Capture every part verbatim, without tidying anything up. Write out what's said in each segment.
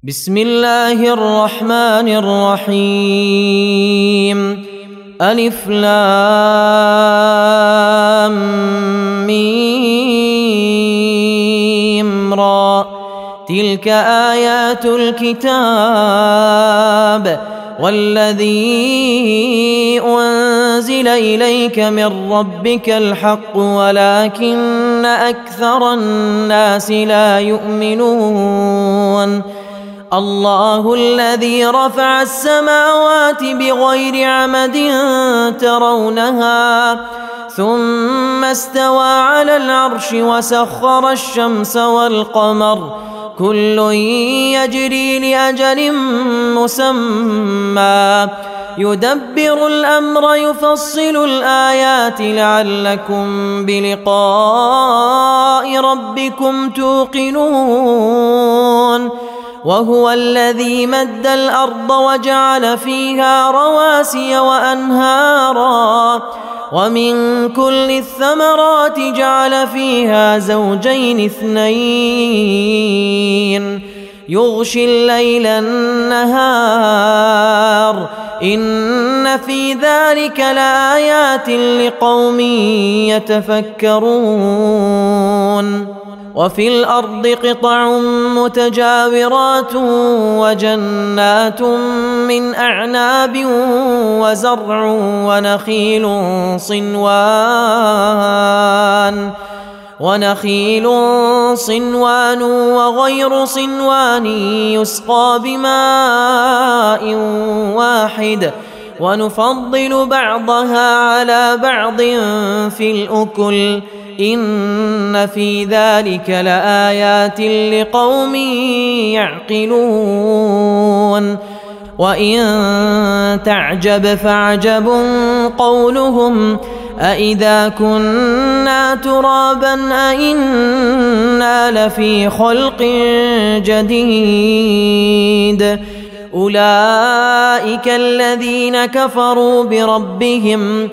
بسم الله الرحمن الرحيم. ألف لام ميم را. تلك آيات الكتاب والذي أنزل إليك من ربك الحق ولكن أكثر الناس لا يؤمنون. الله الذي رفع السماوات بغير عمد ترونها ثم استوى على العرش وسخر الشمس والقمر كل يجري لأجل مسمى يدبر الأمر يفصل الآيات لعلكم بلقاء ربكم توقنون. وهو الذي مد الأرض وجعل فيها رواسي وأنهارا ومن كل الثمرات جعل فيها زوجين اثنين يغشي الليل النهار إن في ذلك لآيات لقوم يتفكرون. وفي الأرض قطع متجاورات وجنات من أعناب وزرع ونخيل صنوان ونخيل صنوان وغير صنوان يسقى بماء واحد ونفضل بعضها على بعض في الأكل إن في ذلك لآيات لقوم يعقلون. وإن تعجب فعجب قولهم أإذا كنا ترابا أإنا لفي خلق جديد أولئك الذين كفروا بربهم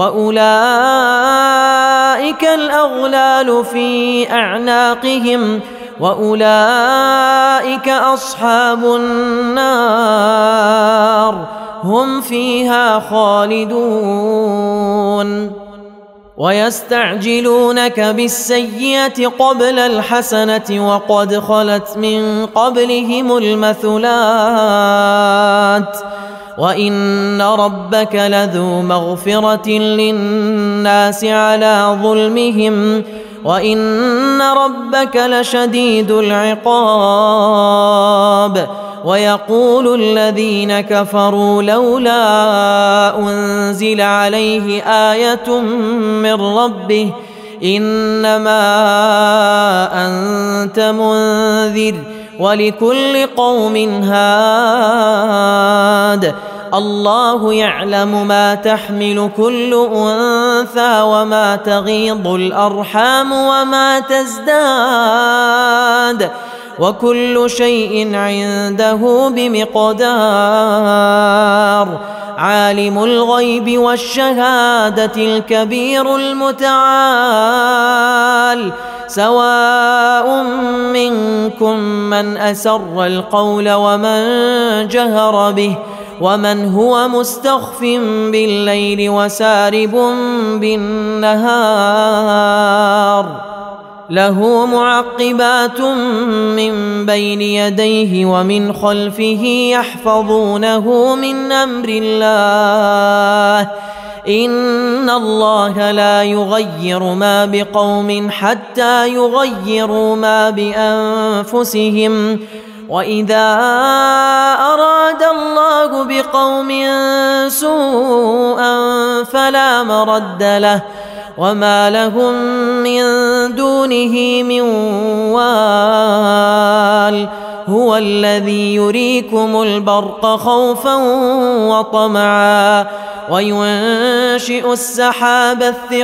وأولئك الأغلال في أعناقهم وأولئك أصحاب النار هم فيها خالدون. ويستعجلونك بالسيئة قبل الحسنة وقد خلت من قبلهم المثلات وإن ربك لذو مغفرة للناس على ظلمهم وإن ربك لشديد العقاب. ويقول الذين كفروا لولا أنزل عليه آية من ربه إنما أنت منذر ولكل قوم هاد الله يعلم ما تحمل كل أنثى وما تغيض الأرحام وما تزداد وكل شيء عنده بمقدار. عالم الغيب والشهادة الكبير المتعال سواء منكم من أسر القول ومن جهر به ومن هو مستخف بالليل وسارب بالنهار له معقبات من بين يديه ومن خلفه يحفظونه من أمر الله إن الله لا يغير ما بقوم حتى يغيروا ما بأنفسهم وإذا أراد الله بقوم سوءا فلا مرد له وما لهم من دونه من وال هو الذي يريكم البرق خوفا وطمعا وينشئ السحاب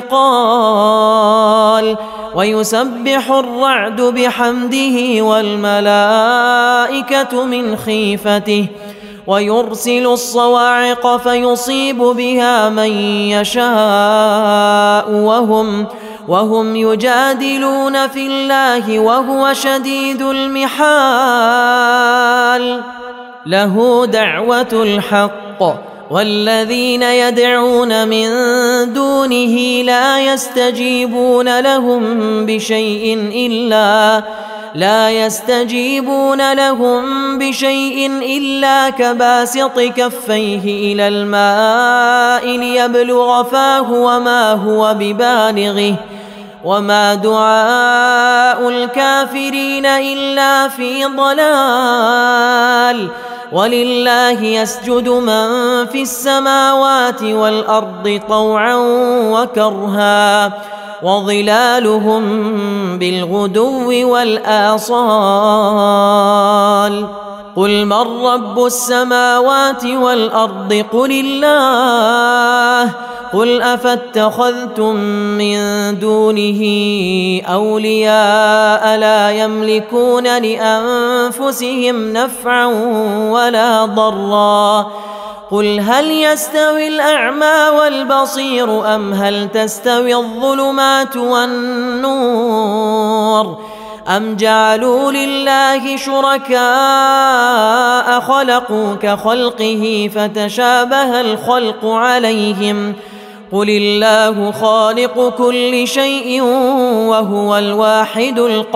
الثقال ويسبح الرعد بحمده والملائكة من خيفته ويرسل الصواعق فيصيب بها من يشاء وهم وهم يجادلون في الله وهو شديد المحال الضلال له دعوة الحق والذين يدعون من دونه لا يستجيبون لهم بشيء إلا لا يستجيبون لهم بشيء إلا كباسط كفيه إلى الماء ليبلغ فاه وما هو ببالغه وما دعاء الكافرين إلا في ضلال ولله يسجد من في السماوات والأرض طوعا وكرها وظلالهم بالغدو والآصال قل من رب السماوات والأرض قل الله قل أفاتخذتم من دونه أولياء لا يملكون لأنفسهم نفعا ولا ضرا قل هل يستوي الأعمى والبصير أم هل تستوي الظلمات والنور أم جعلوا لله شركاء خلقوا كخلقه فتشابه الخلق عليهم قل الله خالق كل شيء وهو الواحد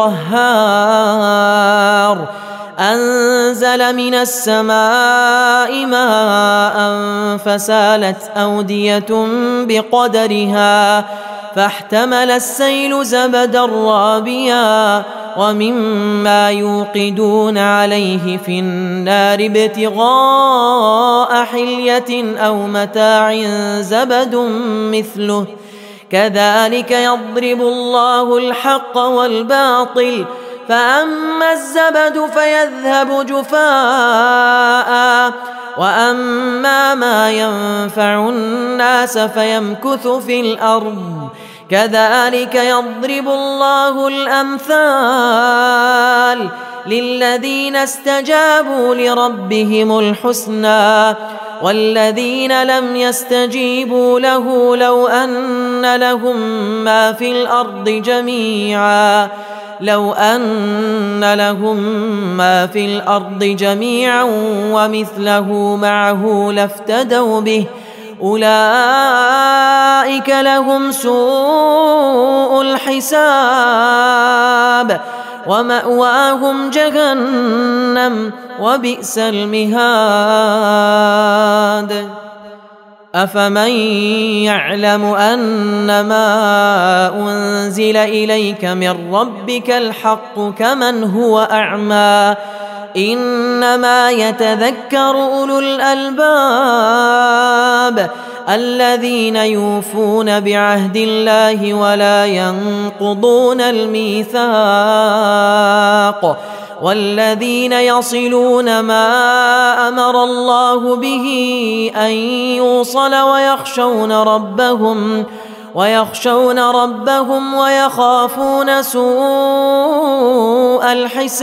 القهار أنزل من السماء ماء فسالت أودية بقدرها فاحتمل السيل زبدا رابيا ومما يوقدون عليه في النار ابتغاء حلية أو متاع زبد مثله كذلك يضرب الله الحق والباطل فأما الزبد فيذهب جفاء وأما ما ينفع الناس فيمكث في الأرض كذلك يضرب الله الأمثال للذين استجابوا لربهم الحسنى والذين لم يستجيبوا له لو أن لهم ما في الأرض جميعا لو أن لهم ما في الأرض جميعا ومثله معه لافتدوا به أولئك لهم سوء الحساب ومأواهم جهنم وبئس المهاد أفمن يعلم أنما أنزل إليك من ربك الحق كمن هو أعمى إنما يتذكر أولو الألباب الذين يوفون بعهد الله ولا ينقضون الميثاق والذين يصلون ما أمر الله به أن يوصل ويخشون ربهم ويخشون ربهم ويخافون سوء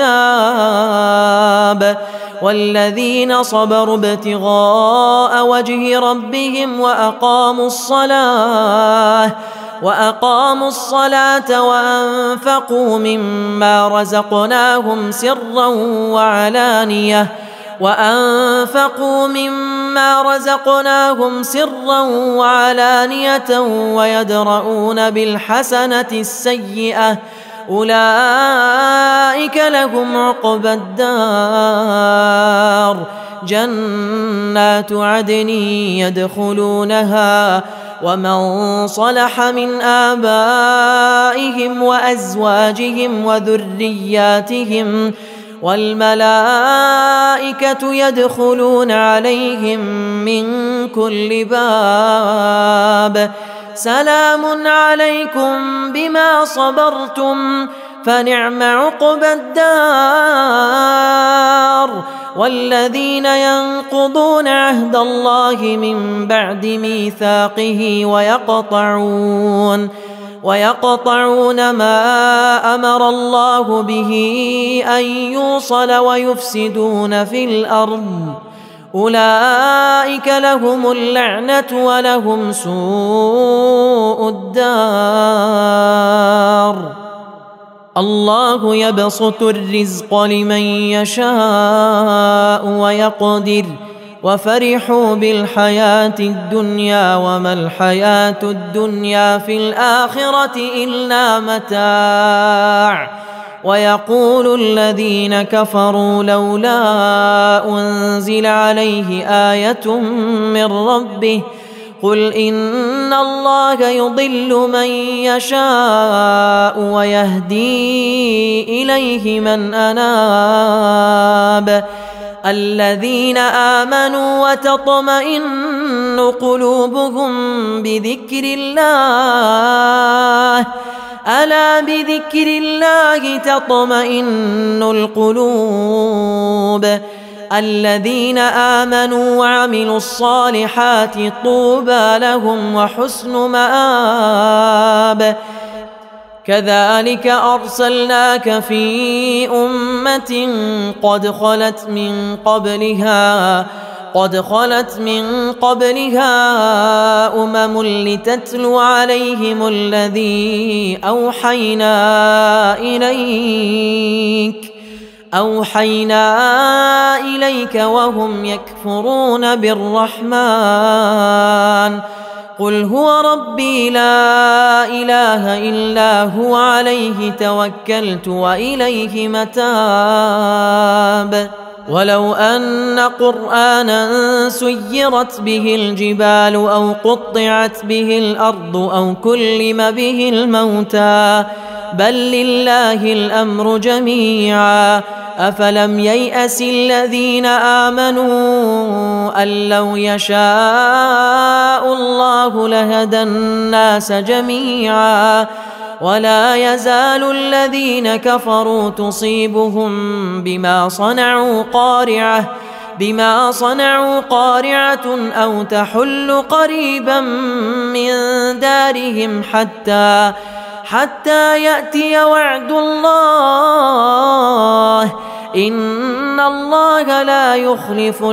الحساب والذين صبروا ابتغاء وجه ربهم وأقاموا الصلاة وأقاموا الصلاة وأنفقوا مما رزقناهم سرا وعلانية وأنفقوا مما رزقناهم سرا وعلانية ويدرؤون بالحسنة السيئة أولئك لهم عقبى الدار جنات عدن يدخلونها ومن صلح من آبائهم وأزواجهم وذرياتهم والملائكة يدخلون عليهم من كل باب سلام عليكم بما صبرتم فنعم عقبى الدار والذين ينقضون عهد الله من بعد ميثاقه ويقطعون ويقطعون ما أمر الله به أن يوصل ويفسدون في الأرض أولئك لهم اللعنة ولهم سوء الدار الله يبسط الرزق لمن يشاء ويقدر وفرحوا بالحياة الدنيا وما الحياة الدنيا في الآخرة إلا متاع ويقول الذين كفروا لولا أنزل عليه آية من ربه قل إن الله يضل من يشاء ويهدي إليه من أناب الذين آمنوا وتطمئن قلوبهم بذكر الله ألا بذكر الله تطمئن القلوب الذين آمنوا وعملوا الصالحات طوبى لهم وحسن مآب كذلك أرسلناك في أمة قد خلت من قبلها قد خلت من قبلها أمم لتتلو عليهم الذي أوحينا إليك أوحينا إليك وهم يكفرون بالرحمن قل هو ربي لا إله إلا هو عليه توكلت وإليه متاب ولو أن قرآنا سيرت به الجبال أو قطعت به الأرض أو كلم به الموتى بل لله الأمر جميعا أفلم ييأس الذين آمنوا أن لو يشاء الله لهدى الناس جميعا ولا يزال الذين كفروا تصيبهم بما صنعوا قارعة بما صنعوا قارعة أو تحل قريبا من دارهم حتى حتى يأتي وعد الله إن الله لا يخلف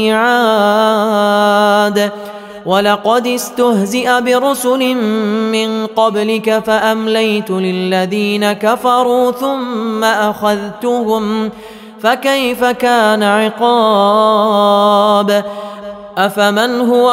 الميعاد ولقد استهزئ برسل من قبلك فأمليت للذين كفروا ثم أخذتهم فكيف كان عقاب أفمن هو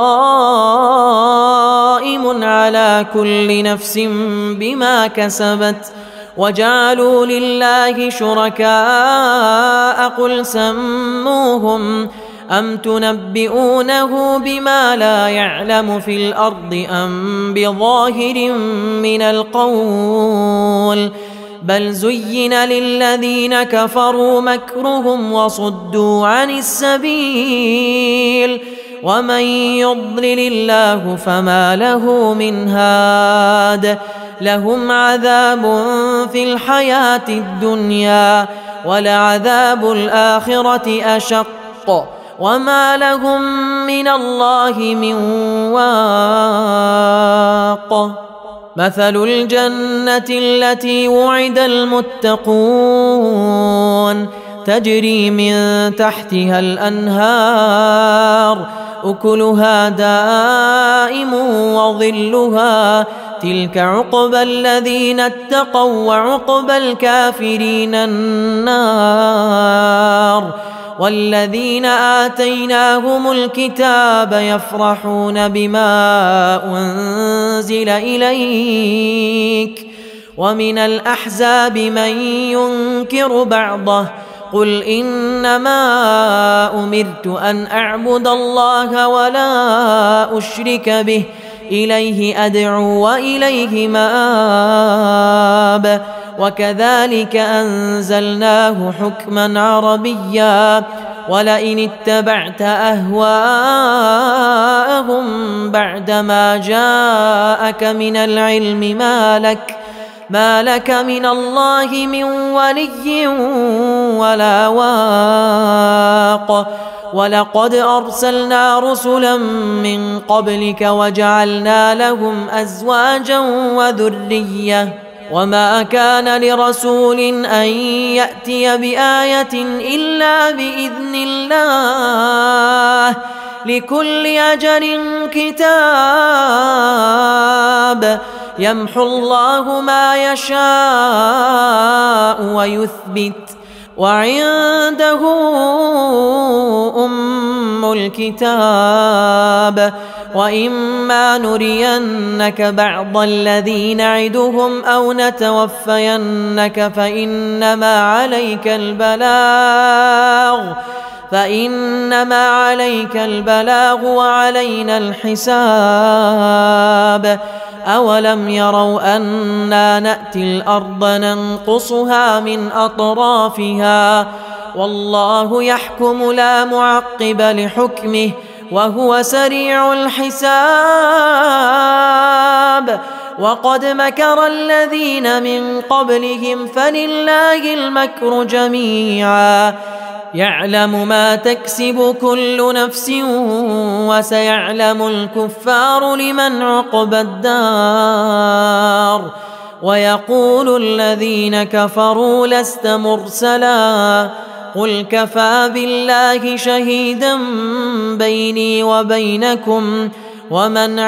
قائم على كل نفس بما كسبت وجعلوا لله شركاء قل سموهم أم تنبئونه بما لا يعلم في الأرض أم بظاهر من القول بل زين للذين كفروا مكرهم وصدوا عن السبيل ومن يضلل الله فما له من هاد لهم عذاب في الحياة الدنيا ولعذاب الآخرة أشق وما لهم من الله من واق مثل الجنة التي وعد المتقون تجري من تحتها الأنهار أكلها دائم وظلها تلك عقبى الذين اتقوا وعقبى الكافرين النار والذين آتيناهم الكتاب يفرحون بما أنزل إليك ومن الأحزاب من ينكر بعضه قل إنما أمرت أن أعبد الله ولا أشرك به إليه أدعو وإليه مآب وكذلك أنزلناه حكما عربيا ولئن اتبعت أهواءهم بعدما جاءك من العلم ما لك ما لك من الله من ولي ولا واق ولقد أرسلنا رسلا من قبلك وجعلنا لهم أزواجا وذرية وما كان لرسول أن يأتي بآية إلا بإذن الله لكل أجل كتاب يمحو الله ما يشاء ويثبت وعنده أم الكتاب وإما نرينك بعض الذي نعدهم أو نتوفينك فإنما عليك البلاغ فإنما عليك البلاغ وعلينا الحساب أولم يروا أنا نأتي الأرض ننقصها من أطرافها والله يحكم لا معقب لحكمه وهو سريع الحساب وقد مكر الذين من قبلهم فلله المكر جميعا يعلم ما تكسب كل نفس وسيعلم الكفار لمن عقبى الدار ويقول الذين كفروا لست مرسلا قل كفى بالله شهيدا بيني وبينكم ومن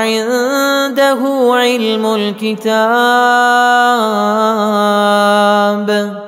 عنده علم الكتاب